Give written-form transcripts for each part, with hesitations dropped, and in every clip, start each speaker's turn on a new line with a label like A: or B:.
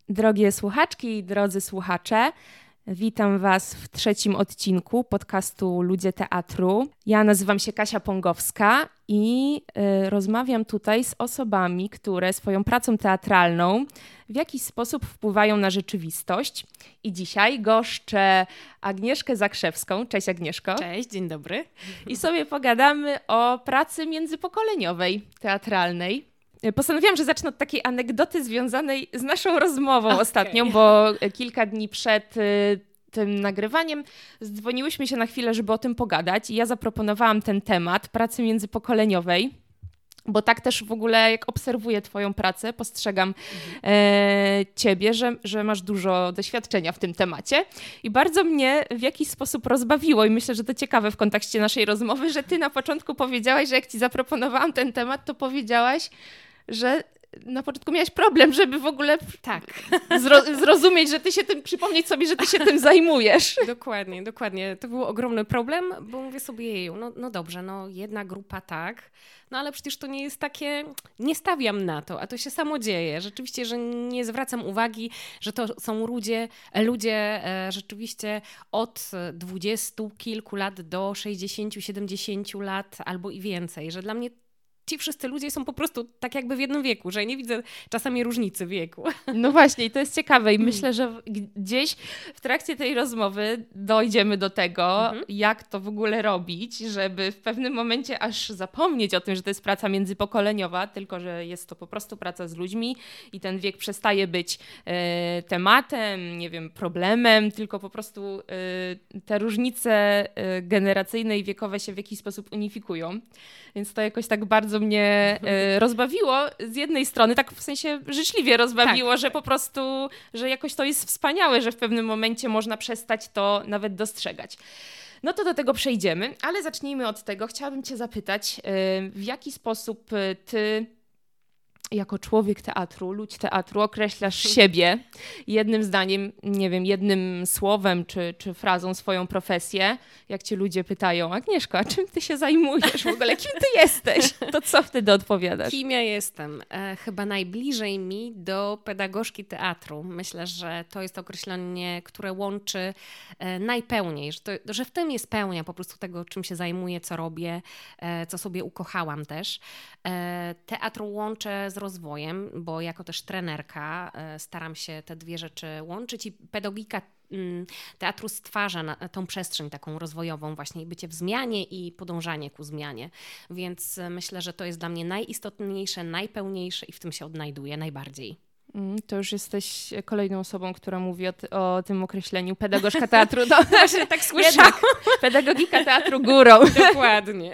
A: Drogie słuchaczki i drodzy słuchacze, witam Was w 3. odcinku podcastu Ludzie Teatru. Ja nazywam się Kasia Pongowska i rozmawiam tutaj z osobami, które swoją pracą teatralną w jakiś sposób wpływają na rzeczywistość. I dzisiaj goszczę Agnieszkę Zakrzewską. Cześć Agnieszko.
B: Cześć, dzień dobry.
A: I sobie pogadamy o pracy międzypokoleniowej, teatralnej. Postanowiłam, że zacznę od takiej anegdoty związanej z naszą rozmową ostatnią, bo kilka dni przed tym nagrywaniem zdzwoniłyśmy się na chwilę, żeby o tym pogadać i ja zaproponowałam ten temat pracy międzypokoleniowej, bo tak też w ogóle jak obserwuję twoją pracę, postrzegam ciebie, że masz dużo doświadczenia w tym temacie i bardzo mnie w jakiś sposób rozbawiło i myślę, że to ciekawe w kontekście naszej rozmowy, że ty na początku powiedziałaś, że jak ci zaproponowałam ten temat, to powiedziałaś, że na początku miałaś problem, żeby w ogóle zrozumieć, że ty się tym, przypomnieć sobie, że ty się tym zajmujesz.
B: Dokładnie. To był ogromny problem, bo mówię sobie, jeju, no dobrze, no jedna grupa tak, no ale przecież to nie jest takie, nie stawiam na to, a to się samo dzieje. Rzeczywiście, że nie zwracam uwagi, że to są ludzie rzeczywiście od 20 kilku lat do 60, 70 lat albo i więcej, że dla mnie ci wszyscy ludzie są po prostu tak jakby w jednym wieku, że nie widzę czasami różnicy wieku.
A: No właśnie, i to jest ciekawe i myślę, że gdzieś w trakcie tej rozmowy dojdziemy do tego, jak to w ogóle robić, żeby w pewnym momencie aż zapomnieć o tym, że to jest praca międzypokoleniowa, tylko że jest to po prostu praca z ludźmi i ten wiek przestaje być tematem, nie wiem, problemem, tylko po prostu te różnice generacyjne i wiekowe się w jakiś sposób unifikują. Więc to jakoś tak bardzo mnie rozbawiło z jednej strony, tak w sensie życzliwie rozbawiło, tak. Że po prostu, że jakoś to jest wspaniałe, że w pewnym momencie można przestać to nawet dostrzegać. No to do tego przejdziemy, ale zacznijmy od tego. Chciałabym cię zapytać, w jaki sposób ty jako człowiek teatru, ludź teatru określasz siebie jednym zdaniem, nie wiem, jednym słowem czy frazą swoją profesję. Jak cię ludzie pytają, Agnieszko, a czym ty się zajmujesz w ogóle? Kim ty jesteś? To co wtedy odpowiadasz?
B: Kim ja jestem? Chyba najbliżej mi do pedagogzki teatru. Myślę, że to jest określenie, które łączy najpełniej, że w tym jest pełnia po prostu tego, czym się zajmuję, co robię, co sobie ukochałam też. Teatr łączę z rozwojem, bo jako też trenerka staram się te dwie rzeczy łączyć i pedagogika teatru stwarza tą przestrzeń taką rozwojową właśnie i bycie w zmianie i podążanie ku zmianie. Więc myślę, że to jest dla mnie najistotniejsze, najpełniejsze i w tym się odnajduję najbardziej.
A: To już jesteś kolejną osobą, która mówi o tym określeniu pedagogzka teatru. No,
B: właśnie tak słyszałam.
A: Pedagogika teatru górą.
B: Dokładnie.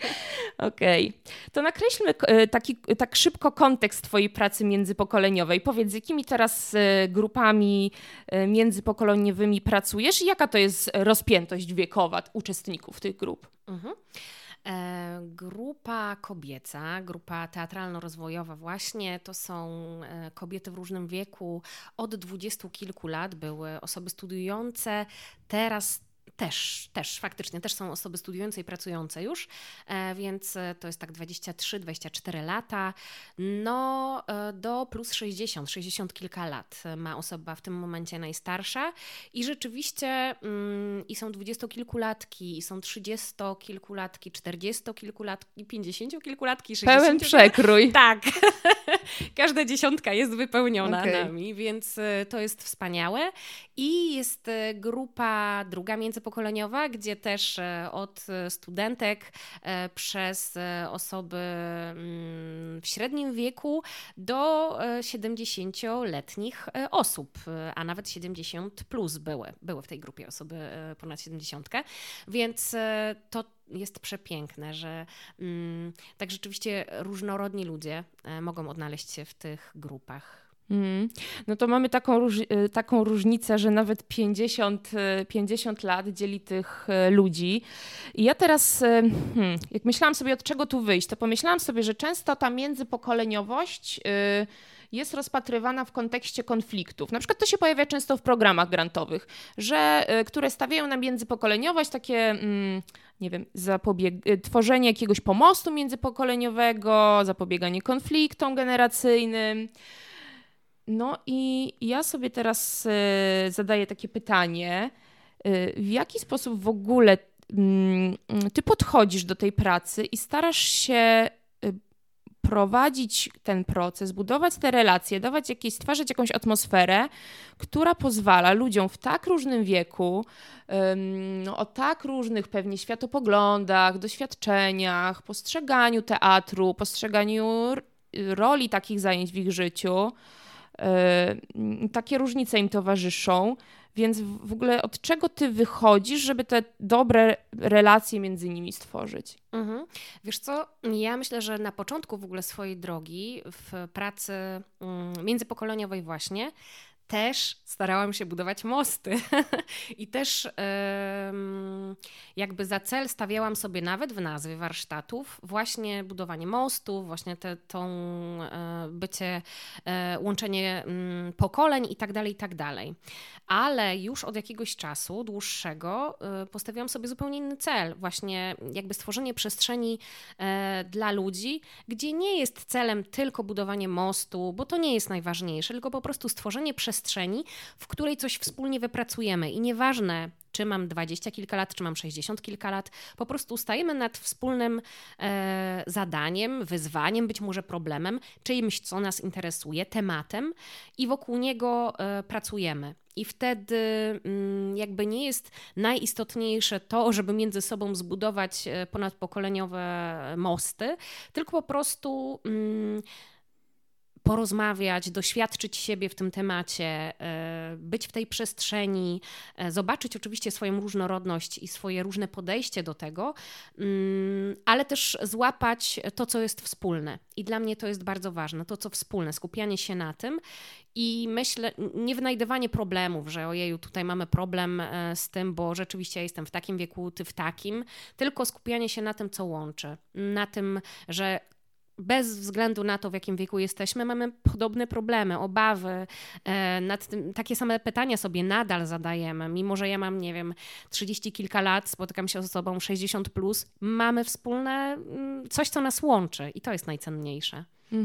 A: Okej. To nakreślmy tak szybko kontekst twojej pracy międzypokoleniowej. Powiedz, z jakimi teraz grupami międzypokoleniowymi pracujesz i jaka to jest rozpiętość wiekowa uczestników tych grup?
B: Grupa kobieca, grupa teatralno-rozwojowa właśnie, to są kobiety w różnym wieku, od 20 kilku lat były osoby studiujące, teraz też faktycznie są osoby studiujące i pracujące już, więc to jest tak 23-24 lata, no do plus 60 kilka lat ma osoba w tym momencie najstarsza i rzeczywiście i są 20-kilkulatki, i są 30-kilkulatki, 40-kilkulatki, 50-kilkulatki, 60-kilkulatki.
A: Pełen przekrój.
B: Tak, każda dziesiątka jest wypełniona nami, więc to jest wspaniałe i jest grupa druga międzypokoleniowa, gdzie też od studentek przez osoby w średnim wieku do 70-letnich osób, a nawet 70 plus były w tej grupie osoby ponad 70, więc to jest przepiękne, że tak rzeczywiście różnorodni ludzie mogą odnaleźć się w tych grupach.
A: No to mamy taką różnicę, że nawet 50 lat dzieli tych ludzi. I ja teraz, jak myślałam sobie, od czego tu wyjść, to pomyślałam sobie, że często ta międzypokoleniowość jest rozpatrywana w kontekście konfliktów. Na przykład to się pojawia często w programach grantowych, które stawiają na międzypokoleniowość takie, nie wiem, tworzenie jakiegoś pomostu międzypokoleniowego, zapobieganie konfliktom generacyjnym. No i ja sobie teraz zadaję takie pytanie, w jaki sposób w ogóle ty podchodzisz do tej pracy i starasz się prowadzić ten proces, budować te relacje, stwarzać jakąś atmosferę, która pozwala ludziom w tak różnym wieku, o tak różnych pewnie światopoglądach, doświadczeniach, postrzeganiu teatru, postrzeganiu roli takich zajęć w ich życiu, takie różnice im towarzyszą. Więc w ogóle od czego ty wychodzisz, żeby te dobre relacje między nimi stworzyć?
B: Wiesz co, ja myślę, że na początku w ogóle swojej drogi w pracy międzypokoleniowej właśnie też starałam się budować mosty i też jakby za cel stawiałam sobie nawet w nazwie warsztatów właśnie budowanie mostów, właśnie łączenie pokoleń i tak dalej. Ale już od jakiegoś czasu dłuższego postawiłam sobie zupełnie inny cel, właśnie jakby stworzenie przestrzeni dla ludzi, gdzie nie jest celem tylko budowanie mostu, bo to nie jest najważniejsze, tylko po prostu stworzenie przestrzeni, w której coś wspólnie wypracujemy. I nieważne, czy mam 20 kilka lat, czy mam 60 kilka lat, po prostu stajemy nad wspólnym zadaniem, wyzwaniem, być może problemem, czymś, co nas interesuje, tematem i wokół niego pracujemy. I wtedy jakby nie jest najistotniejsze to, żeby między sobą zbudować ponadpokoleniowe mosty, tylko po prostu porozmawiać, doświadczyć siebie w tym temacie, być w tej przestrzeni, zobaczyć oczywiście swoją różnorodność i swoje różne podejście do tego, ale też złapać to, co jest wspólne. I dla mnie to jest bardzo ważne, to, co wspólne, skupianie się na tym i myślę, nie wynajdywanie problemów, że ojeju, tutaj mamy problem z tym, bo rzeczywiście ja jestem w takim wieku, ty w takim, tylko skupianie się na tym, co łączy, na tym, że bez względu na to, w jakim wieku jesteśmy, mamy podobne problemy, obawy. Nad tym, takie same pytania sobie nadal zadajemy. Mimo że ja mam, 30 kilka lat, spotykam się z osobą 60+, mamy wspólne coś, co nas łączy i to jest najcenniejsze.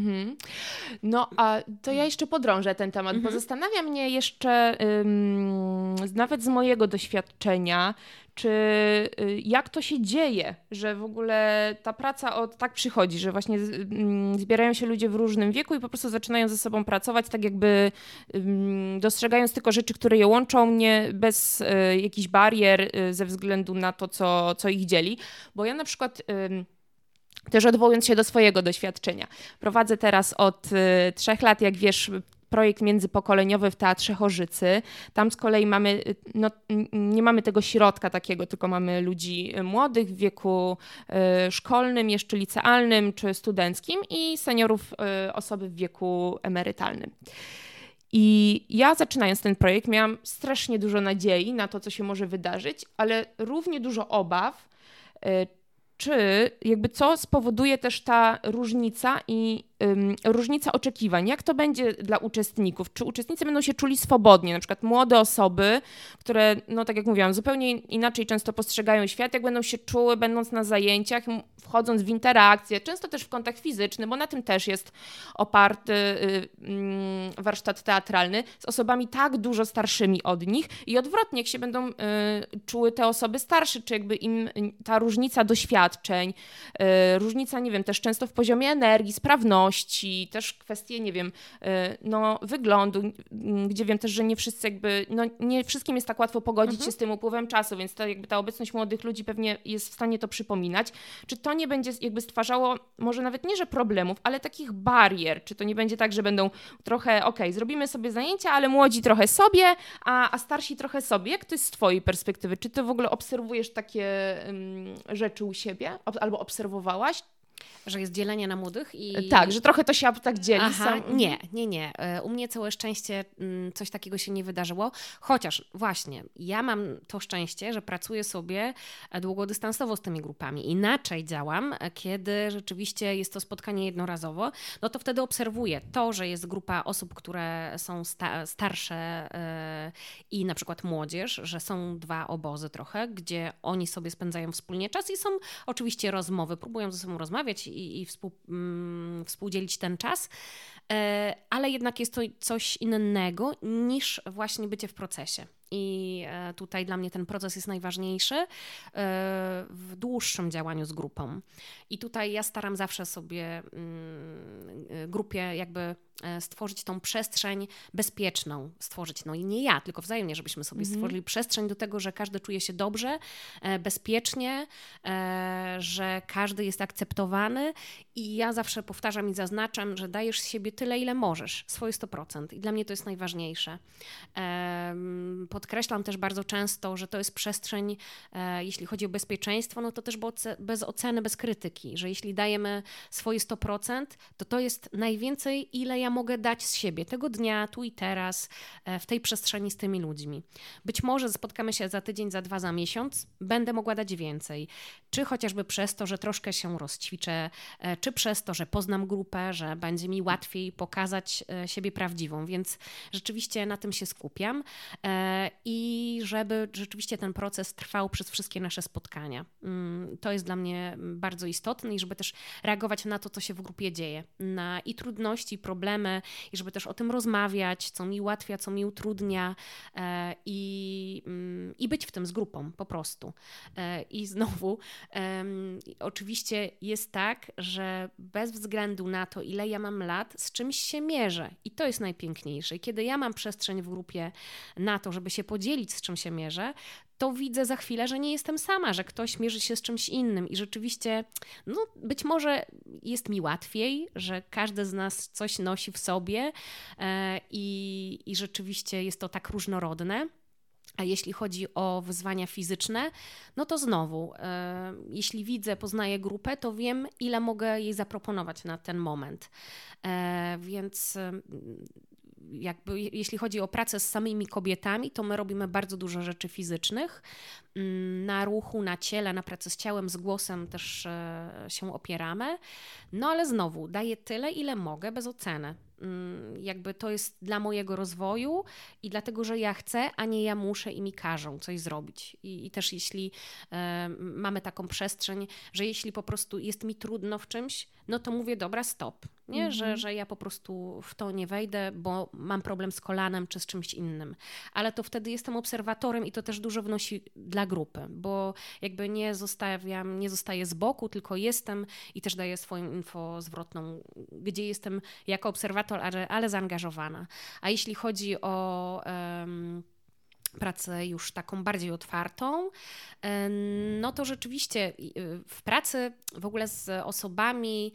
A: No, a to ja jeszcze podrążę ten temat, bo zastanawia mnie jeszcze nawet z mojego doświadczenia, czy jak to się dzieje, że w ogóle ta praca tak przychodzi, że właśnie zbierają się ludzie w różnym wieku i po prostu zaczynają ze sobą pracować, tak jakby dostrzegając tylko rzeczy, które je łączą, nie bez jakichś barier ze względu na to, co ich dzieli. Bo ja na przykład też odwołując się do swojego doświadczenia. Prowadzę teraz od 3 lat, jak wiesz, projekt międzypokoleniowy w Teatrze Chorzycy. Tam z kolei nie mamy tego środka takiego, tylko mamy ludzi młodych w wieku szkolnym, jeszcze licealnym czy studenckim i seniorów, osoby w wieku emerytalnym. I ja zaczynając ten projekt miałam strasznie dużo nadziei na to, co się może wydarzyć, ale równie dużo obaw, czy jakby co spowoduje też ta różnica i różnica oczekiwań. Jak to będzie dla uczestników? Czy uczestnicy będą się czuli swobodnie? Na przykład młode osoby, które, tak jak mówiłam, zupełnie inaczej często postrzegają świat, jak będą się czuły, będąc na zajęciach, wchodząc w interakcje, często też w kontakt fizyczny, bo na tym też jest oparty warsztat teatralny, z osobami tak dużo starszymi od nich i odwrotnie, jak się będą czuły te osoby starsze, czy jakby im ta różnica doświadczeń, różnica, też często w poziomie energii, sprawności, też kwestie, wyglądu, gdzie wiem też, że nie wszyscy nie wszystkim jest tak łatwo pogodzić się z tym upływem czasu, więc ta obecność młodych ludzi pewnie jest w stanie to przypominać. Czy to nie będzie stwarzało może nawet nie, że problemów, ale takich barier? Czy to nie będzie tak, że będą trochę, zrobimy sobie zajęcia, ale młodzi trochę sobie, a starsi trochę sobie? Jak to jest z twojej perspektywy? Czy ty w ogóle obserwujesz takie rzeczy u siebie? Albo obserwowałaś?
B: Że jest dzielenie na młodych i...
A: Tak, że trochę to się tak dzieli.
B: Nie. U mnie całe szczęście coś takiego się nie wydarzyło. Chociaż właśnie, ja mam to szczęście, że pracuję sobie długodystansowo z tymi grupami. Inaczej działam, kiedy rzeczywiście jest to spotkanie jednorazowo, no to wtedy obserwuję to, że jest grupa osób, które są starsze i na przykład młodzież, że są 2 obozy trochę, gdzie oni sobie spędzają wspólnie czas i są oczywiście rozmowy, próbują ze sobą rozmawiać, porozmawiać i współdzielić ten czas, ale jednak jest to coś innego niż właśnie bycie w procesie. I tutaj dla mnie ten proces jest najważniejszy w dłuższym działaniu z grupą. I tutaj ja staram zawsze sobie grupie jakby stworzyć tą przestrzeń bezpieczną, no i nie ja, tylko wzajemnie, żebyśmy sobie stworzyli przestrzeń do tego, że każdy czuje się dobrze, bezpiecznie, że każdy jest akceptowany i ja zawsze powtarzam i zaznaczam, że dajesz z siebie tyle, ile możesz, swoje 100% i dla mnie to jest najważniejsze. Podkreślam też bardzo często, że to jest przestrzeń, jeśli chodzi o bezpieczeństwo, no to też bez oceny, bez krytyki, że jeśli dajemy swoje 100%, to jest najwięcej, ile ja mogę dać z siebie tego dnia, tu i teraz, w tej przestrzeni z tymi ludźmi. Być może spotkamy się za tydzień, za 2, za miesiąc, będę mogła dać więcej. Czy chociażby przez to, że troszkę się rozćwiczę, czy przez to, że poznam grupę, że będzie mi łatwiej pokazać siebie prawdziwą, więc rzeczywiście na tym się skupiam i żeby rzeczywiście ten proces trwał przez wszystkie nasze spotkania. To jest dla mnie bardzo istotne i żeby też reagować na to, co się w grupie dzieje, na i trudności, problemy i żeby też o tym rozmawiać, co mi ułatwia, co mi utrudnia i być w tym z grupą po prostu. I znowu oczywiście jest tak, że bez względu na to, ile ja mam lat, z czymś się mierzę i to jest najpiękniejsze. I kiedy ja mam przestrzeń w grupie na to, żeby się podzielić, z czym się mierzę, to widzę za chwilę, że nie jestem sama, że ktoś mierzy się z czymś innym i rzeczywiście, no być może jest mi łatwiej, że każdy z nas coś nosi w sobie i rzeczywiście jest to tak różnorodne. A jeśli chodzi o wyzwania fizyczne, no to znowu, jeśli widzę, poznaję grupę, to wiem, ile mogę jej zaproponować na ten moment. Więc jakby jeśli chodzi o pracę z samymi kobietami, to my robimy bardzo dużo rzeczy fizycznych. Na ruchu, na ciele, na pracę z ciałem, z głosem też się opieramy. No ale znowu, daję tyle, ile mogę, bez oceny. Jakby to jest dla mojego rozwoju i dlatego, że ja chcę, a nie ja muszę i mi każą coś zrobić. I też jeśli mamy taką przestrzeń, że jeśli po prostu jest mi trudno w czymś, no to mówię, dobra, stop. Nie? Że ja po prostu w to nie wejdę, bo mam problem z kolanem czy z czymś innym. Ale to wtedy jestem obserwatorem i to też dużo wnosi dla grupy, bo jakby nie zostaję z boku, tylko jestem i też daję swoją info zwrotną, gdzie jestem jako obserwator, ale zaangażowana. A jeśli chodzi o pracę już taką bardziej otwartą, no to rzeczywiście w pracy w ogóle z osobami,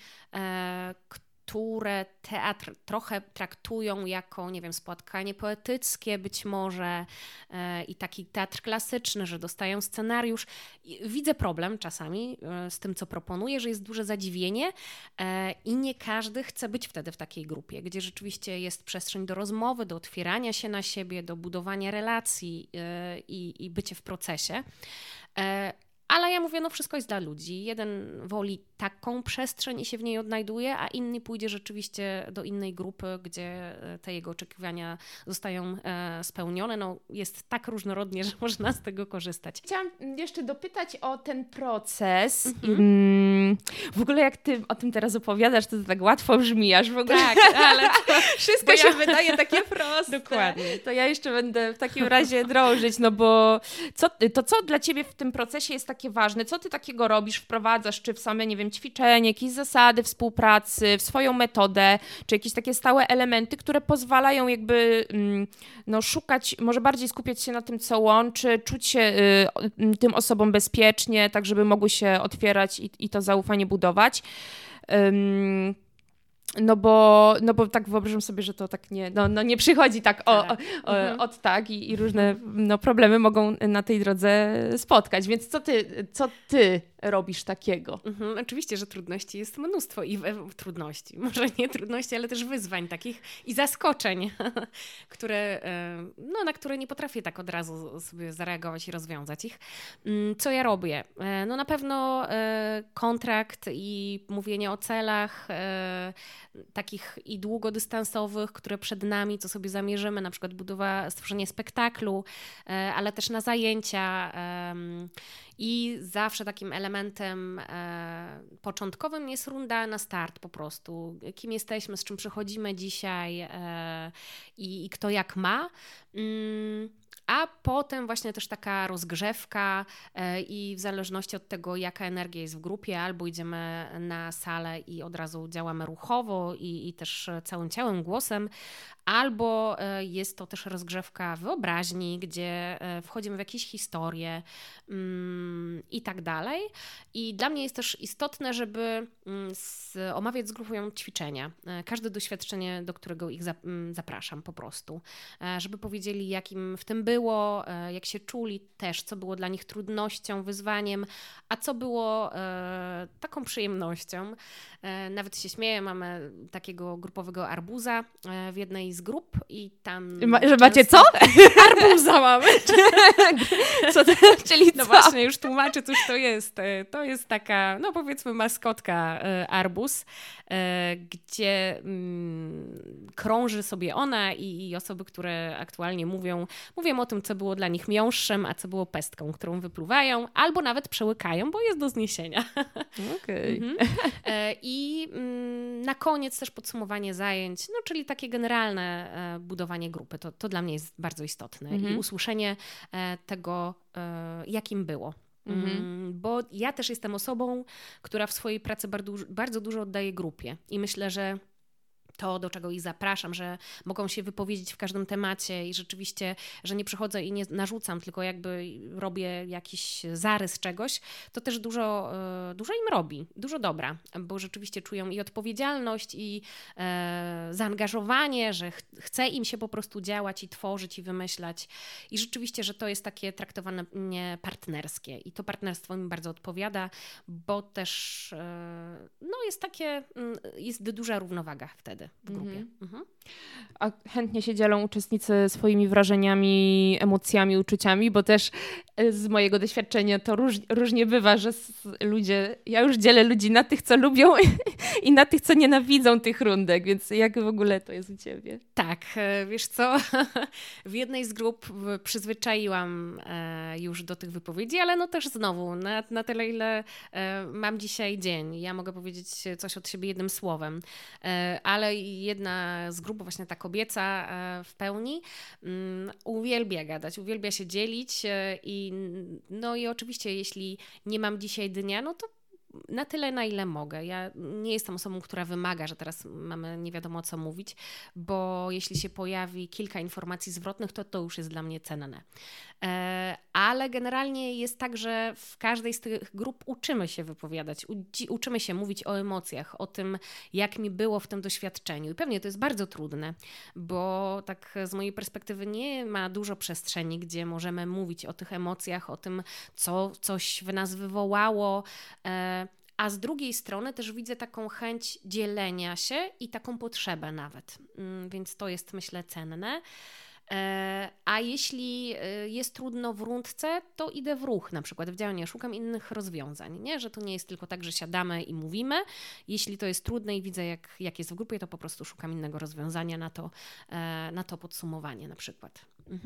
B: które teatr trochę traktują jako, nie wiem, spotkanie poetyckie być może i taki teatr klasyczny, że dostają scenariusz. Widzę problem czasami z tym, co proponuję, że jest duże zadziwienie i nie każdy chce być wtedy w takiej grupie, gdzie rzeczywiście jest przestrzeń do rozmowy, do otwierania się na siebie, do budowania relacji i bycie w procesie. Ale ja mówię, no wszystko jest dla ludzi. Jeden woli taką przestrzeń i się w niej odnajduje, a inny pójdzie rzeczywiście do innej grupy, gdzie te jego oczekiwania zostają spełnione. No, jest tak różnorodnie, że można z tego korzystać.
A: Chciałam jeszcze dopytać o ten proces. W ogóle jak ty o tym teraz opowiadasz, to tak łatwo brzmi, aż w ogóle
B: tak, ale
A: wszystko się wydaje takie proste.
B: Dokładnie.
A: To ja jeszcze będę w takim razie drążyć, no bo co dla ciebie w tym procesie jest takie ważne? Co ty takiego robisz, wprowadzasz, czy w same, nie wiem, ćwiczenie, jakieś zasady współpracy, w swoją metodę, czy jakieś takie stałe elementy, które pozwalają jakby no, szukać, może bardziej skupiać się na tym, co łączy, czuć się tym osobom bezpiecznie, tak żeby mogły się otwierać i to zaufanie budować. No bo tak wyobrażam sobie, że to tak nie przychodzi tak od tak i różne problemy mogą na tej drodze spotkać. Więc co ty robisz takiego?
B: Oczywiście, że trudności jest mnóstwo i trudności, może nie trudności, ale też wyzwań takich i zaskoczeń, na które nie potrafię tak od razu sobie zareagować i rozwiązać ich. Co ja robię? No na pewno kontrakt i mówienie o celach takich i długodystansowych, które przed nami, co sobie zamierzymy, na przykład stworzenie spektaklu, ale też na zajęcia I zawsze takim elementem początkowym jest runda na start po prostu. Kim jesteśmy, z czym przychodzimy dzisiaj i kto jak ma. A potem właśnie też taka rozgrzewka i w zależności od tego, jaka energia jest w grupie, albo idziemy na salę i od razu działamy ruchowo i też całym ciałem, głosem, albo jest to też rozgrzewka wyobraźni, gdzie wchodzimy w jakieś historie i tak dalej. I dla mnie jest też istotne, żeby omawiać z grupą ćwiczenia. Każde doświadczenie, do którego ich zapraszam po prostu. Żeby powiedzieli, jakim w tym było, jak się czuli też, co było dla nich trudnością, wyzwaniem, a co było taką przyjemnością. Nawet się śmieję, mamy takiego grupowego arbuza w jednej z grup i tam...
A: Że macie co?
B: Arbuza mamy.
A: Co to, czyli
B: no
A: co?
B: Właśnie, już tłumaczę, cóż to jest. To jest taka, no powiedzmy maskotka arbuz, gdzie krąży sobie ona i osoby, które aktualnie mówią o tym, co było dla nich miąższem, a co było pestką, którą wypluwają, albo nawet przełykają, bo jest do zniesienia.
A: Okej.
B: I na koniec też podsumowanie zajęć, no czyli takie generalne budowanie grupy. To dla mnie jest bardzo istotne i usłyszenie tego, jakim było. Bo ja też jestem osobą, która w swojej pracy bardzo dużo oddaje grupie i myślę, że to, do czego ich zapraszam, że mogą się wypowiedzieć w każdym temacie i rzeczywiście, że nie przychodzę i nie narzucam, tylko jakby robię jakiś zarys czegoś, to też dużo im robi, dużo dobra, bo rzeczywiście czują i odpowiedzialność, i zaangażowanie, że chce im się po prostu działać i tworzyć i wymyślać. I rzeczywiście, że to jest takie traktowane partnerskie i to partnerstwo mi bardzo odpowiada, bo też jest duża równowaga wtedy w grupie.
A: A chętnie się dzielą uczestnicy swoimi wrażeniami, emocjami, uczuciami, bo też z mojego doświadczenia to różnie bywa, że ja już dzielę ludzi na tych, co lubią i na tych, co nienawidzą tych rundek, więc jak w ogóle to jest u Ciebie?
B: Tak, wiesz co, w jednej z grup przyzwyczaiłam już do tych wypowiedzi, ale no też znowu, na tyle, ile mam dzisiaj dzień, ja mogę powiedzieć coś od siebie jednym słowem, ale jedna z grup, właśnie ta kobieca w pełni, uwielbia gadać, uwielbia się dzielić i oczywiście jeśli nie mam dzisiaj dnia, no to na tyle, na ile mogę. Ja nie jestem osobą, która wymaga, że teraz mamy nie wiadomo co mówić, bo jeśli się pojawi kilka informacji zwrotnych, to już jest dla mnie cenne. Ale generalnie jest tak, że w każdej z tych grup uczymy się wypowiadać, uczymy się mówić o emocjach, o tym, jak mi było w tym doświadczeniu. I pewnie to jest bardzo trudne, bo tak z mojej perspektywy nie ma dużo przestrzeni, gdzie możemy mówić o tych emocjach, o tym, co coś w nas wywołało, a z drugiej strony też widzę taką chęć dzielenia się i taką potrzebę nawet, więc to jest, myślę, cenne. A jeśli jest trudno w rundce, to idę w ruch, na przykład w działanie, szukam innych rozwiązań, nie? Że to nie jest tylko tak, że siadamy i mówimy. Jeśli to jest trudne i widzę, jak jest w grupie, to po prostu szukam innego rozwiązania na to podsumowanie na przykład.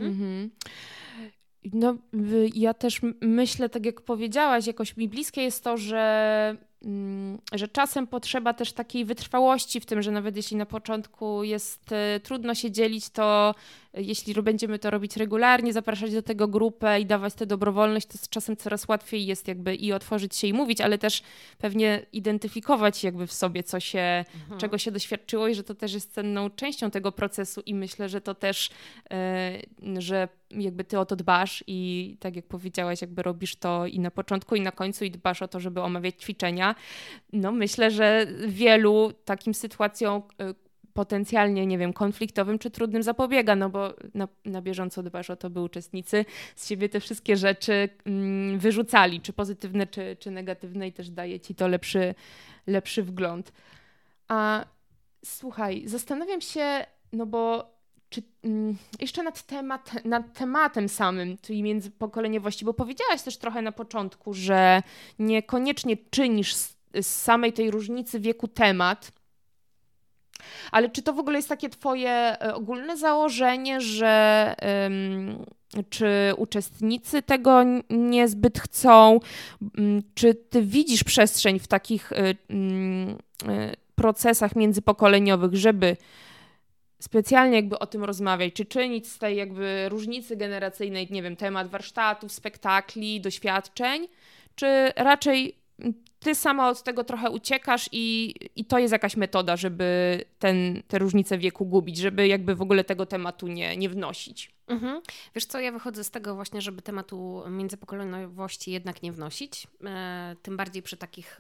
A: No, ja też myślę, tak jak powiedziałaś, jakoś mi bliskie jest to, że czasem potrzeba też takiej wytrwałości w tym, że nawet jeśli na początku jest trudno się dzielić, to jeśli będziemy to robić regularnie, zapraszać do tego grupę i dawać tę dobrowolność, to z czasem coraz łatwiej jest jakby i otworzyć się i mówić, ale też pewnie identyfikować jakby w sobie, czego się doświadczyło i że to też jest cenną częścią tego procesu i myślę, że to też, że jakby ty o to dbasz i tak jak powiedziałaś, jakby robisz to i na początku i na końcu i dbasz o to, żeby omawiać ćwiczenia. No myślę, że wielu takim sytuacjom potencjalnie, nie wiem, konfliktowym czy trudnym zapobiega, no bo na bieżąco dbasz o to, by uczestnicy z siebie te wszystkie rzeczy wyrzucali, czy pozytywne, czy negatywne i też daje ci to lepszy wgląd. A słuchaj, zastanawiam się, no bo jeszcze nad tematem samym, czyli międzypokoleniowości, bo powiedziałaś też trochę na początku, że niekoniecznie czynisz z samej tej różnicy wieku temat, ale czy to w ogóle jest takie twoje ogólne założenie, czy uczestnicy tego niezbyt chcą? Czy ty widzisz przestrzeń w takich procesach międzypokoleniowych, żeby specjalnie jakby o tym rozmawiać, czy czynić z tej jakby różnicy generacyjnej, nie wiem, temat warsztatów, spektakli, doświadczeń, czy raczej ty sama od tego trochę uciekasz i to jest jakaś metoda, żeby te różnice wieku gubić, żeby jakby w ogóle tego tematu nie wnosić?
B: Mhm. Wiesz co, ja wychodzę z tego właśnie, żeby tematu międzypokoleniowości jednak nie wnosić, tym bardziej przy takich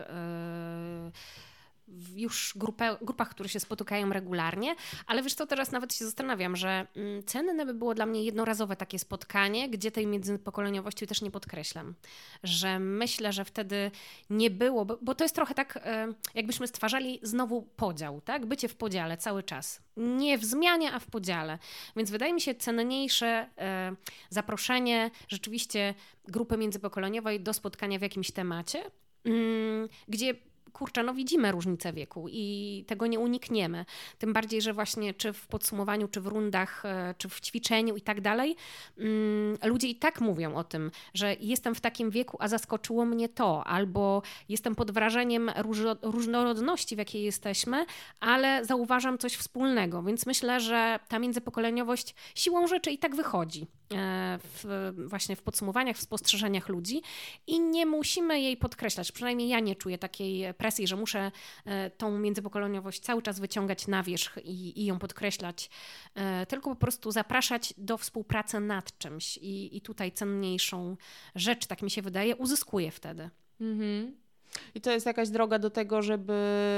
B: już grupach, które się spotykają regularnie, ale wiesz co, teraz nawet się zastanawiam, że cenne by było dla mnie jednorazowe takie spotkanie, gdzie tej międzypokoleniowości też nie podkreślam. Że myślę, że wtedy nie było, bo to jest trochę tak, jakbyśmy stwarzali znowu podział, tak? Bycie w podziale cały czas. Nie w zmianie, a w podziale. Więc wydaje mi się cenniejsze zaproszenie rzeczywiście grupy międzypokoleniowej do spotkania w jakimś temacie, gdzie kurczę, no widzimy różnicę wieku i tego nie unikniemy. Tym bardziej, że właśnie czy w podsumowaniu, czy w rundach, czy w ćwiczeniu i tak dalej, ludzie i tak mówią o tym, że jestem w takim wieku, a zaskoczyło mnie to, albo jestem pod wrażeniem różnorodności, w jakiej jesteśmy, ale zauważam coś wspólnego, więc myślę, że ta międzypokoleniowość siłą rzeczy i tak wychodzi właśnie w podsumowaniach, w spostrzeżeniach ludzi i nie musimy jej podkreślać, przynajmniej ja nie czuję takiej presji, że muszę tą międzypokoleniowość cały czas wyciągać na wierzch i ją podkreślać, tylko po prostu zapraszać do współpracy nad czymś i tutaj cenniejszą rzecz, tak mi się wydaje, uzyskuję wtedy.
A: Mhm. I to jest jakaś droga do tego, żeby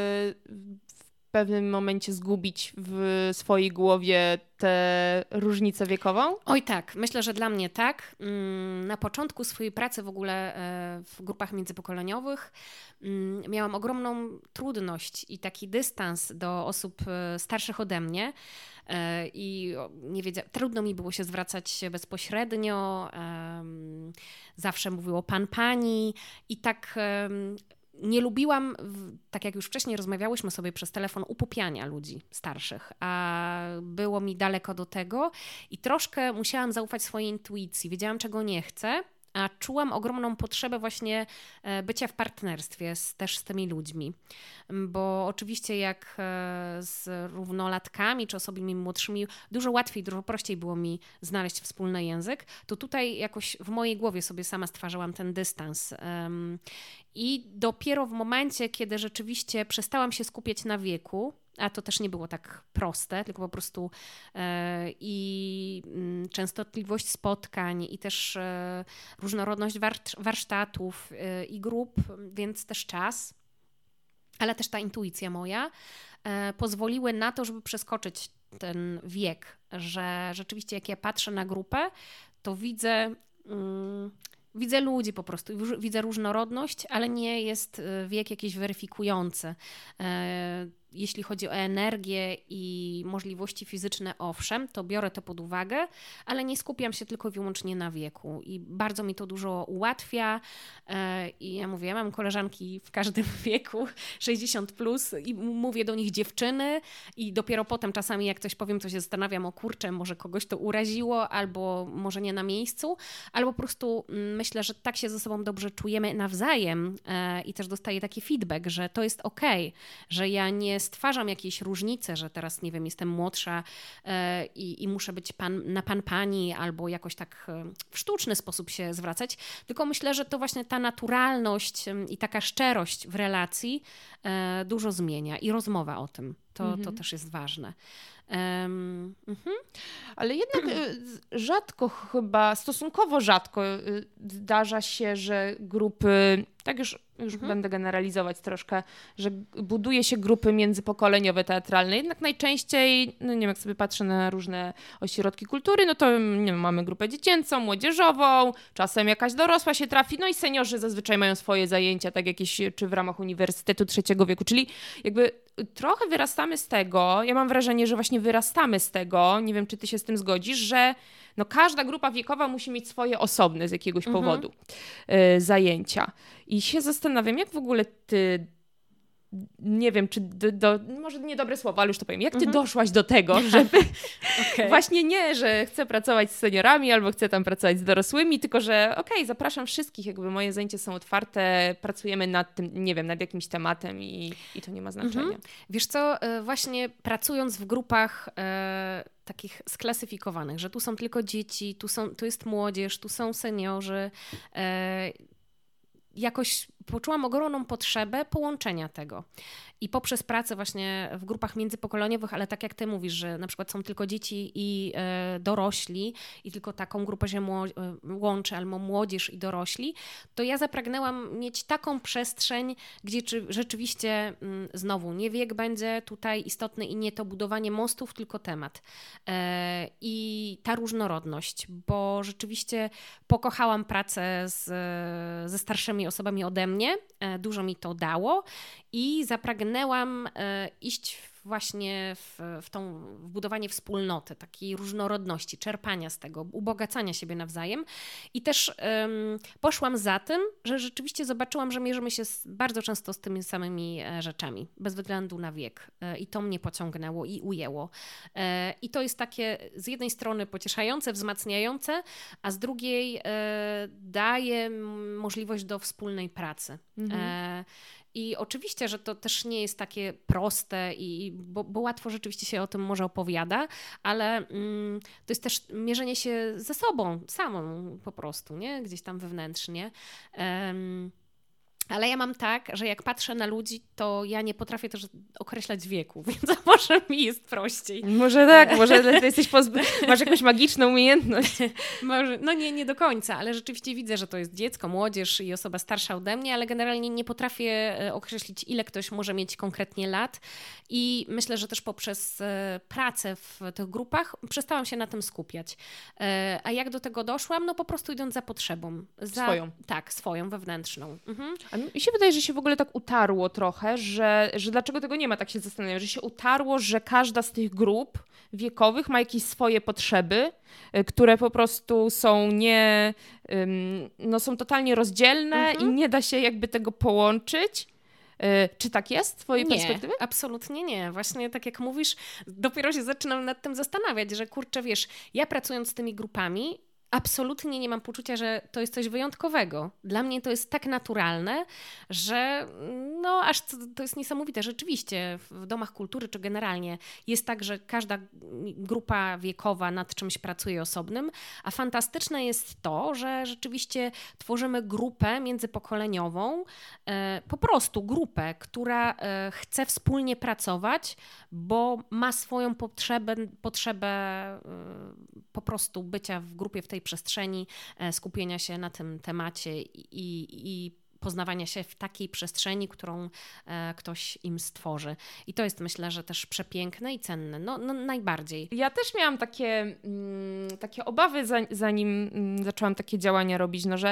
A: w pewnym momencie zgubić w swojej głowie tę różnicę wiekową?
B: Oj tak, myślę, że dla mnie tak. Na początku swojej pracy w ogóle w grupach międzypokoleniowych miałam ogromną trudność i taki dystans do osób starszych ode mnie i trudno mi było się zwracać bezpośrednio, zawsze mówiło pan, pani i tak nie lubiłam, tak jak już wcześniej rozmawiałyśmy sobie przez telefon, upupiania ludzi starszych, a było mi daleko do tego i troszkę musiałam zaufać swojej intuicji. Wiedziałam, czego nie chcę, a czułam ogromną potrzebę właśnie bycia w partnerstwie też z tymi ludźmi. Bo oczywiście jak z równolatkami czy osobami młodszymi dużo łatwiej, dużo prościej było mi znaleźć wspólny język, to tutaj jakoś w mojej głowie sobie sama stwarzałam ten dystans. I dopiero w momencie, kiedy rzeczywiście przestałam się skupiać na wieku, a to też nie było tak proste, tylko po prostu i częstotliwość spotkań i też różnorodność warsztatów i grup, więc też czas, ale też ta intuicja moja pozwoliły na to, żeby przeskoczyć ten wiek, że rzeczywiście jak ja patrzę na grupę, to widzę ludzi po prostu, widzę różnorodność, ale nie jest wiek jakiś weryfikujący. Jeśli chodzi o energię i możliwości fizyczne, owszem, to biorę to pod uwagę, ale nie skupiam się tylko i wyłącznie na wieku i bardzo mi to dużo ułatwia i ja mówię, ja mam koleżanki w każdym wieku, 60+, i mówię do nich dziewczyny i dopiero potem czasami jak coś powiem, to się zastanawiam, o kurczę, może kogoś to uraziło albo może nie na miejscu, albo po prostu myślę, że tak się ze sobą dobrze czujemy nawzajem i też dostaję taki feedback, że to jest okej, że ja nie stwarzam jakiejś różnicy, że teraz, nie wiem, jestem młodsza i muszę być na pan, pani albo jakoś tak w sztuczny sposób się zwracać, tylko myślę, że to właśnie ta naturalność i taka szczerość w relacji dużo zmienia i rozmowa o tym, to też jest ważne.
A: Ale jednak rzadko chyba, stosunkowo rzadko zdarza się, że grupy, tak już będę generalizować troszkę, że buduje się grupy międzypokoleniowe teatralne. Jednak najczęściej, no nie wiem, jak sobie patrzę na różne ośrodki kultury, no to nie wiem, mamy grupę dziecięcą, młodzieżową, czasem jakaś dorosła się trafi, no i seniorzy zazwyczaj mają swoje zajęcia, tak jakieś, czy w ramach Uniwersytetu Trzeciego Wieku, czyli jakby trochę wyrastamy z tego, ja mam wrażenie, że właśnie wyrastamy z tego, nie wiem, czy ty się z tym zgodzisz, że no każda grupa wiekowa musi mieć swoje osobne z jakiegoś powodu zajęcia. I się zastanawiam, jak w ogóle ty nie wiem, czy może niedobre słowo, ale już to powiem. Jak ty doszłaś do tego, żeby właśnie nie, że chcę pracować z seniorami albo chcę tam pracować z dorosłymi, tylko że zapraszam wszystkich, jakby moje zajęcia są otwarte, pracujemy nad tym, nie wiem, nad jakimś tematem i to nie ma znaczenia.
B: Wiesz co, właśnie pracując w grupach takich sklasyfikowanych, że tu są tylko dzieci, tu jest młodzież, tu są seniorzy, jakoś poczułam ogromną potrzebę połączenia tego. I poprzez pracę właśnie w grupach międzypokoleniowych, ale tak jak ty mówisz, że na przykład są tylko dzieci i dorośli i tylko taką grupę się łączy, albo młodzież i dorośli, to ja zapragnęłam mieć taką przestrzeń, gdzie rzeczywiście znowu nie wiek będzie tutaj istotny i nie to budowanie mostów, tylko temat. I ta różnorodność, bo rzeczywiście pokochałam pracę ze starszymi osobami ode mnie, dużo mi to dało i zapragnęłam iść właśnie w budowanie wspólnoty, takiej różnorodności, czerpania z tego, ubogacania siebie nawzajem. I też poszłam za tym, że rzeczywiście zobaczyłam, że mierzymy się bardzo często z tymi samymi rzeczami, bez względu na wiek. I to mnie pociągnęło i ujęło. I to jest takie z jednej strony pocieszające, wzmacniające, a z drugiej daje możliwość do wspólnej pracy. I oczywiście, że to też nie jest takie proste, bo łatwo rzeczywiście się o tym może opowiada, ale to jest też mierzenie się ze sobą, samą po prostu, nie? Gdzieś tam wewnętrznie. Ale ja mam tak, że jak patrzę na ludzi, to ja nie potrafię też określać wieku, więc może mi jest prościej.
A: Może tak, może jesteś masz jakąś magiczną umiejętność.
B: Może, no nie do końca, ale rzeczywiście widzę, że to jest dziecko, młodzież i osoba starsza ode mnie, ale generalnie nie potrafię określić, ile ktoś może mieć konkretnie lat i myślę, że też poprzez pracę w tych grupach przestałam się na tym skupiać. A jak do tego doszłam? No po prostu idąc za potrzebą.
A: Swoją.
B: Tak, swoją, wewnętrzną.
A: Mi się wydaje, że się w ogóle tak utarło trochę, że dlaczego tego nie ma, tak się zastanawiam, że się utarło, że każda z tych grup wiekowych ma jakieś swoje potrzeby, które po prostu są są totalnie rozdzielne i nie da się jakby tego połączyć. Czy tak jest z twojej perspektywy?
B: Nie, absolutnie nie. Właśnie tak jak mówisz, dopiero się zaczynam nad tym zastanawiać, że kurczę, wiesz, ja pracując z tymi grupami, absolutnie nie mam poczucia, że to jest coś wyjątkowego. Dla mnie to jest tak naturalne, że aż to jest niesamowite. Rzeczywiście w domach kultury czy generalnie jest tak, że każda grupa wiekowa nad czymś pracuje osobnym, a fantastyczne jest to, że rzeczywiście tworzymy grupę międzypokoleniową, po prostu grupę, która chce wspólnie pracować, bo ma swoją potrzebę po prostu bycia w grupie w tej przestrzeni, skupienia się na tym temacie i poznawania się w takiej przestrzeni, którą ktoś im stworzy. I to jest, myślę, że też przepiękne i cenne. No najbardziej.
A: Ja też miałam takie obawy, zanim zaczęłam takie działania robić, że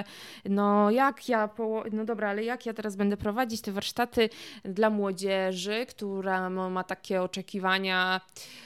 A: ale jak ja teraz będę prowadzić te warsztaty dla młodzieży, która ma takie oczekiwania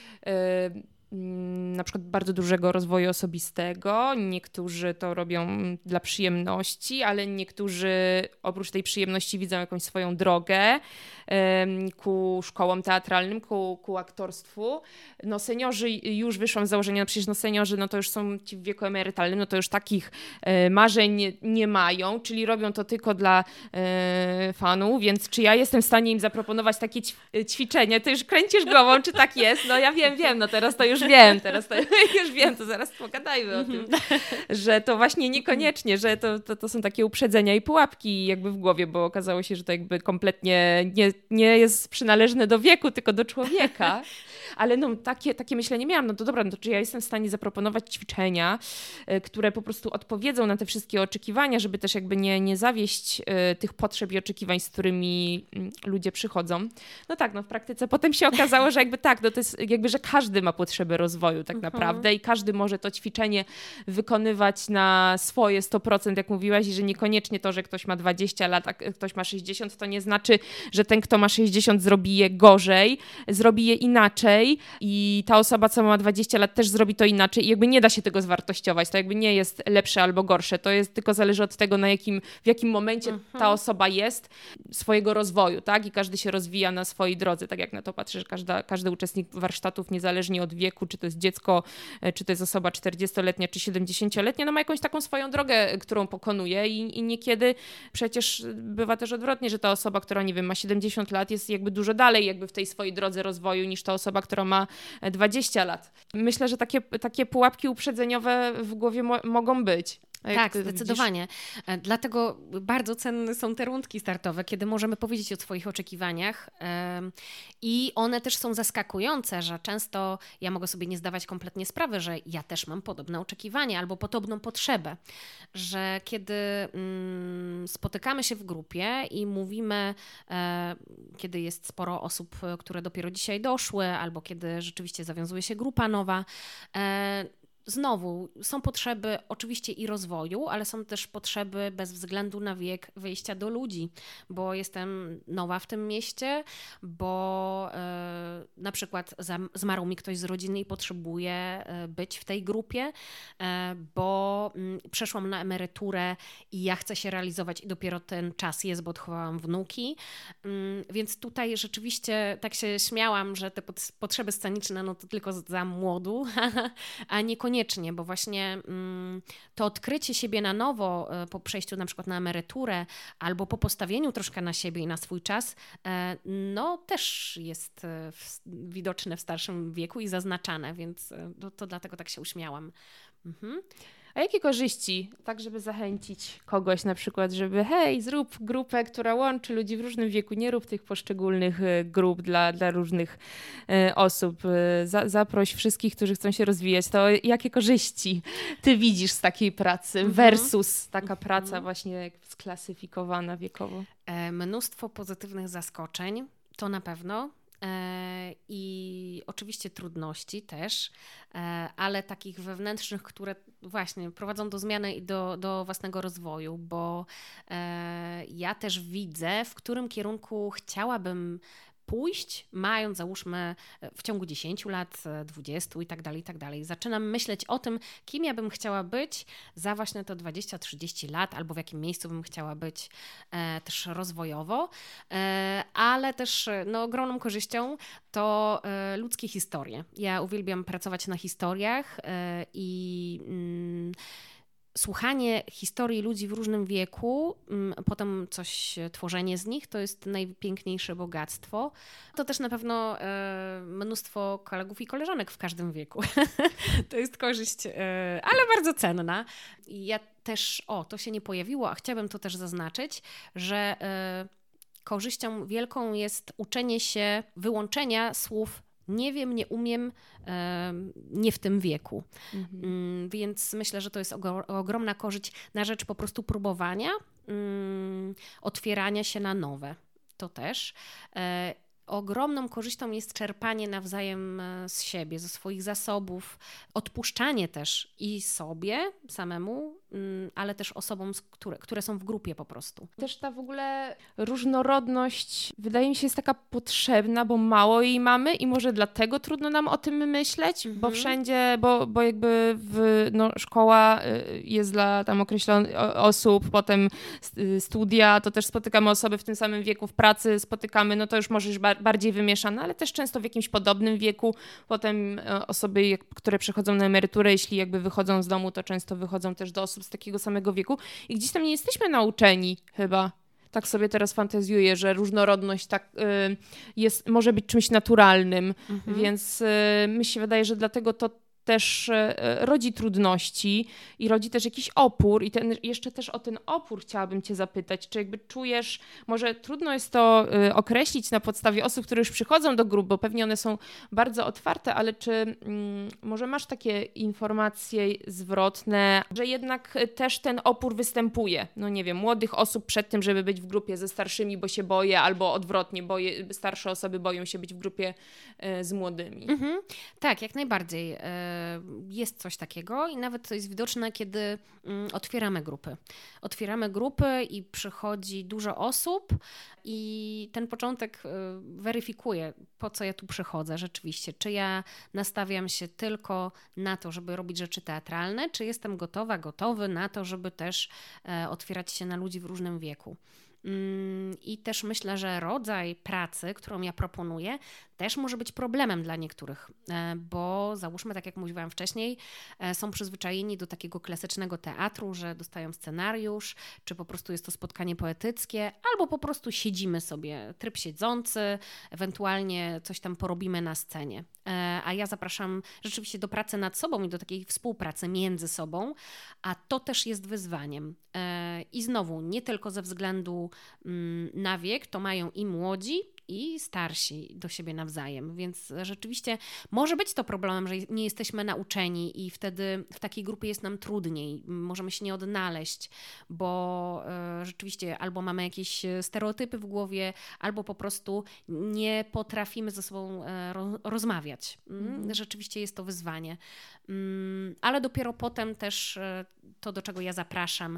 A: na przykład bardzo dużego rozwoju osobistego. Niektórzy to robią dla przyjemności, ale niektórzy oprócz tej przyjemności widzą jakąś swoją drogę ku szkołom teatralnym, ku aktorstwu. Seniorzy już wyszłam z założenia, przecież seniorzy to już są ci w wieku emerytalnym, to już takich marzeń nie mają, czyli robią to tylko dla fanów, więc czy ja jestem w stanie im zaproponować takie ćwiczenie? Ty już kręcisz głową, czy tak jest? Ja wiem, teraz to już wiem, to zaraz pogadajmy o tym, że to właśnie niekoniecznie, że to są takie uprzedzenia i pułapki jakby w głowie, bo okazało się, że to jakby kompletnie nie jest przynależne do wieku, tylko do człowieka. Ale takie myślenie miałam, to dobra, to czy ja jestem w stanie zaproponować ćwiczenia, które po prostu odpowiedzą na te wszystkie oczekiwania, żeby też jakby nie zawieść tych potrzeb i oczekiwań, z którymi ludzie przychodzą. W praktyce potem się okazało, że jakby to jest jakby, że każdy ma potrzeby potrzeby rozwoju tak naprawdę i każdy może to ćwiczenie wykonywać na swoje 100%, jak mówiłaś, i że niekoniecznie to, że ktoś ma 20 lat, a ktoś ma 60, to nie znaczy, że ten, kto ma 60 zrobi je gorzej, zrobi je inaczej i ta osoba, co ma 20 lat też zrobi to inaczej i jakby nie da się tego zwartościować, to jakby nie jest lepsze albo gorsze, to jest tylko zależy od tego, w jakim momencie ta osoba jest swojego rozwoju, tak? I każdy się rozwija na swojej drodze, tak jak na to patrzę, że każdy uczestnik warsztatów, niezależnie od wieku, czy to jest dziecko, czy to jest osoba 40-letnia, czy 70-letnia, no ma jakąś taką swoją drogę, którą pokonuje i niekiedy przecież bywa też odwrotnie, że ta osoba, która, nie wiem, ma 70 lat, jest jakby dużo dalej jakby w tej swojej drodze rozwoju niż ta osoba, która ma 20 lat. Myślę, że takie pułapki uprzedzeniowe w głowie mogą być.
B: Tak, zdecydowanie. Dlatego bardzo cenne są te rundki startowe, kiedy możemy powiedzieć o swoich oczekiwaniach i one też są zaskakujące, że często ja mogę sobie nie zdawać kompletnie sprawy, że ja też mam podobne oczekiwania albo podobną potrzebę, że kiedy spotykamy się w grupie i mówimy, kiedy jest sporo osób, które dopiero dzisiaj doszły albo kiedy rzeczywiście zawiązuje się grupa nowa, znowu, są potrzeby oczywiście i rozwoju, ale są też potrzeby bez względu na wiek wyjścia do ludzi, bo jestem nowa w tym mieście, bo na przykład zmarł mi ktoś z rodziny i potrzebuję być w tej grupie, bo przeszłam na emeryturę i ja chcę się realizować i dopiero ten czas jest, bo odchowałam wnuki, więc tutaj rzeczywiście tak się śmiałam, że te potrzeby sceniczne no to tylko za młodu, a niekoniecznie, bo właśnie to odkrycie siebie na nowo po przejściu na przykład na emeryturę albo po postawieniu troszkę na siebie i na swój czas, no też jest widoczne w starszym wieku i zaznaczane, więc to dlatego tak się uśmiałam.
A: A jakie korzyści, tak żeby zachęcić kogoś na przykład, żeby hej, zrób grupę, która łączy ludzi w różnym wieku, nie rób tych poszczególnych grup dla różnych osób. Zaproś wszystkich, którzy chcą się rozwijać. To jakie korzyści ty widzisz z takiej pracy versus taka praca właśnie sklasyfikowana wiekowo?
B: Mnóstwo pozytywnych zaskoczeń, to na pewno. I oczywiście trudności też, ale takich wewnętrznych, które właśnie prowadzą do zmiany i do własnego rozwoju, bo ja też widzę, w którym kierunku chciałabym pójść, mając załóżmy w ciągu 10 lat, 20 i tak dalej. Zaczynam myśleć o tym, kim ja bym chciała być za właśnie to 20-30 lat, albo w jakim miejscu bym chciała być też rozwojowo, ale też no, ogromną korzyścią to ludzkie historie. Ja uwielbiam pracować na historiach i słuchanie historii ludzi w różnym wieku, potem tworzenie z nich, to jest najpiękniejsze bogactwo. To też na pewno mnóstwo kolegów i koleżanek w każdym wieku. To jest korzyść, ale bardzo cenna. I ja też, to się nie pojawiło, a chciałabym to też zaznaczyć, że korzyścią wielką jest uczenie się wyłączenia słów nie wiem, nie umiem, nie w tym wieku. Więc myślę, że to jest ogromna korzyść na rzecz po prostu próbowania, otwierania się na nowe. To też. Ogromną korzyścią jest czerpanie nawzajem z siebie, ze swoich zasobów, odpuszczanie też i sobie samemu, ale też osobom, które są w grupie po prostu.
A: Też ta w ogóle różnorodność wydaje mi się jest taka potrzebna, bo mało jej mamy i może dlatego trudno nam o tym myśleć, bo wszędzie, bo jakby szkoła jest dla tam określonych osób, potem studia, to też spotykamy osoby w tym samym wieku, w pracy spotykamy, no to już może już bardziej wymieszane, ale też często w jakimś podobnym wieku. Potem osoby, które przechodzą na emeryturę, jeśli jakby wychodzą z domu, to często wychodzą też do osób z takiego samego wieku i gdzieś tam nie jesteśmy nauczeni chyba. Tak sobie teraz fantazjuję, że różnorodność tak może być czymś naturalnym, więc mi się wydaje, że dlatego to też rodzi trudności i rodzi też jakiś opór i jeszcze też o ten opór chciałabym cię zapytać, czy jakby czujesz, może trudno jest to określić na podstawie osób, które już przychodzą do grup, bo pewnie one są bardzo otwarte, ale czy może masz takie informacje zwrotne, że jednak też ten opór występuje, no nie wiem, młodych osób przed tym, żeby być w grupie ze starszymi, bo się boję, albo odwrotnie, starsze osoby boją się być w grupie z młodymi.
B: Tak, jak najbardziej. Jest coś takiego i nawet to jest widoczne, kiedy otwieramy grupy. Otwieramy grupy i przychodzi dużo osób i ten początek weryfikuje, po co ja tu przychodzę rzeczywiście. Czy ja nastawiam się tylko na to, żeby robić rzeczy teatralne, czy jestem gotowy na to, żeby też otwierać się na ludzi w różnym wieku. I też myślę, że rodzaj pracy, którą ja proponuję, też może być problemem dla niektórych, bo załóżmy, tak jak mówiłam wcześniej, są przyzwyczajeni do takiego klasycznego teatru, że dostają scenariusz, czy po prostu jest to spotkanie poetyckie, albo po prostu siedzimy sobie, tryb siedzący, ewentualnie coś tam porobimy na scenie. A ja zapraszam rzeczywiście do pracy nad sobą i do takiej współpracy między sobą, a to też jest wyzwaniem. I znowu, nie tylko ze względu na wiek, to mają i młodzi, i starsi do siebie nawzajem, więc rzeczywiście może być to problemem, że nie jesteśmy nauczeni i wtedy w takiej grupie jest nam trudniej, możemy się nie odnaleźć, bo rzeczywiście albo mamy jakieś stereotypy w głowie, albo po prostu nie potrafimy ze sobą rozmawiać. Rzeczywiście jest to wyzwanie, ale dopiero potem też to, do czego ja zapraszam,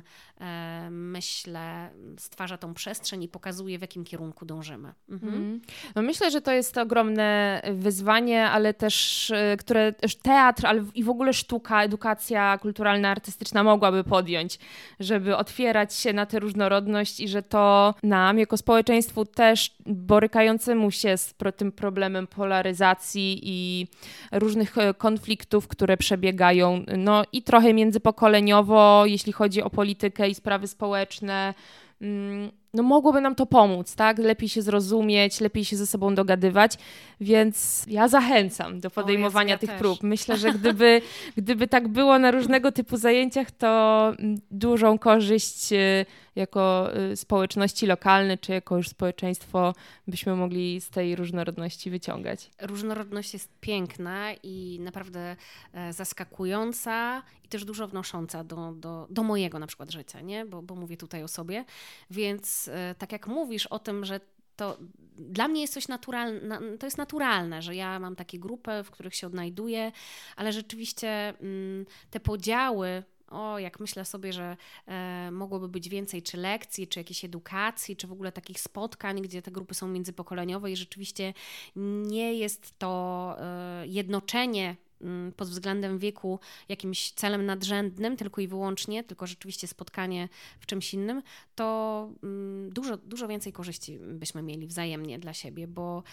B: myślę, stwarza tą przestrzeń i pokazuje, w jakim kierunku dążymy.
A: No myślę, że to jest ogromne wyzwanie, ale też, które też teatr, ale i w ogóle sztuka, edukacja kulturalna, artystyczna mogłaby podjąć, żeby otwierać się na tę różnorodność i że to nam, jako społeczeństwu też borykającemu się z tym problemem polaryzacji i różnych konfliktów, które przebiegają, no i trochę międzypokoleniowo, jeśli chodzi o politykę i sprawy społeczne, no mogłoby nam to pomóc, tak? Lepiej się zrozumieć, lepiej się ze sobą dogadywać, więc ja zachęcam do podejmowania tych prób. Myślę, że gdyby tak było na różnego typu zajęciach, to dużą korzyść jako społeczności lokalne, czy jako już społeczeństwo byśmy mogli z tej różnorodności wyciągać.
B: Różnorodność jest piękna i naprawdę zaskakująca i też dużo wnosząca do mojego na przykład życia, nie? Bo mówię tutaj o sobie, więc tak jak mówisz o tym, że to dla mnie jest coś naturalne, to jest naturalne, że ja mam takie grupy, w których się odnajduję, ale rzeczywiście te podziały, jak myślę sobie, że mogłoby być więcej czy lekcji, czy jakiejś edukacji, czy w ogóle takich spotkań, gdzie te grupy są międzypokoleniowe i rzeczywiście nie jest to jednoczenie pod względem wieku jakimś celem nadrzędnym, tylko i wyłącznie, tylko rzeczywiście spotkanie w czymś innym, to dużo więcej korzyści byśmy mieli wzajemnie dla siebie, bo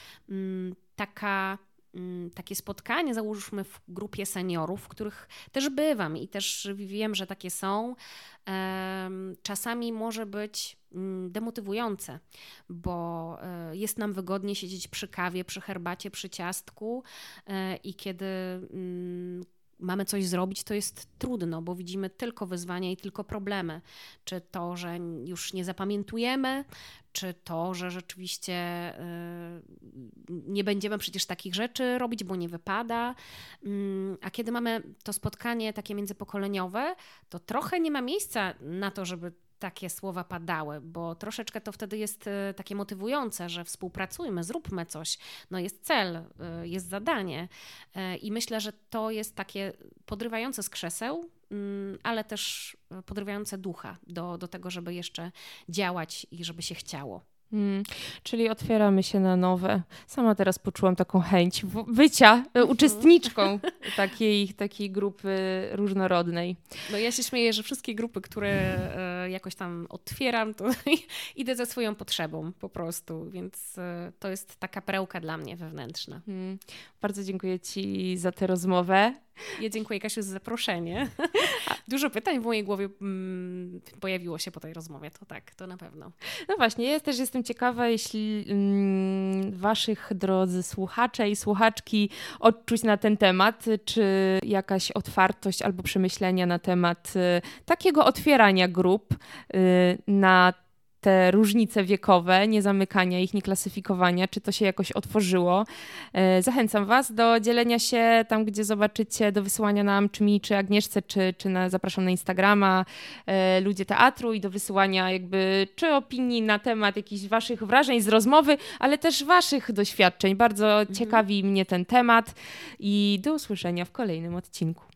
B: takie spotkanie, załóżmy w grupie seniorów, w których też bywam i też wiem, że takie są, czasami może być demotywujące, bo jest nam wygodnie siedzieć przy kawie, przy herbacie, przy ciastku i kiedy mamy coś zrobić, to jest trudno, bo widzimy tylko wyzwania i tylko problemy. Czy to, że już nie zapamiętujemy, czy to, że rzeczywiście nie będziemy przecież takich rzeczy robić, bo nie wypada. A kiedy mamy to spotkanie takie międzypokoleniowe, to trochę nie ma miejsca na to, żeby takie słowa padały, bo troszeczkę to wtedy jest takie motywujące, że współpracujmy, zróbmy coś. No jest cel, jest zadanie i myślę, że to jest takie podrywające z krzeseł, ale też podrywające ducha do tego, żeby jeszcze działać i żeby się chciało.
A: Czyli otwieramy się na nowe. Sama teraz poczułam taką chęć bycia uczestniczką takiej grupy różnorodnej.
B: No ja się śmieję, że wszystkie grupy, które jakoś tam otwieram, to idę ze swoją potrzebą po prostu, więc to jest taka perełka dla mnie wewnętrzna.
A: Bardzo dziękuję Ci za tę rozmowę.
B: Ja dziękuję, Kasiu, za zaproszenie. Dużo pytań w mojej głowie pojawiło się po tej rozmowie, to tak, to na pewno.
A: No właśnie, ja też jestem ciekawa, jeśli waszych, drodzy słuchacze i słuchaczki, odczuć na ten temat, czy jakaś otwartość albo przemyślenia na temat takiego otwierania grup na te różnice wiekowe, nie zamykania ich, nie klasyfikowania, czy to się jakoś otworzyło. Zachęcam was do dzielenia się tam, gdzie zobaczycie, do wysyłania nam, czy mi, czy Agnieszce, zapraszam na Instagrama, Ludzie Teatru i do wysyłania jakby czy opinii na temat jakichś waszych wrażeń z rozmowy, ale też waszych doświadczeń. Bardzo ciekawi mnie ten temat i do usłyszenia w kolejnym odcinku.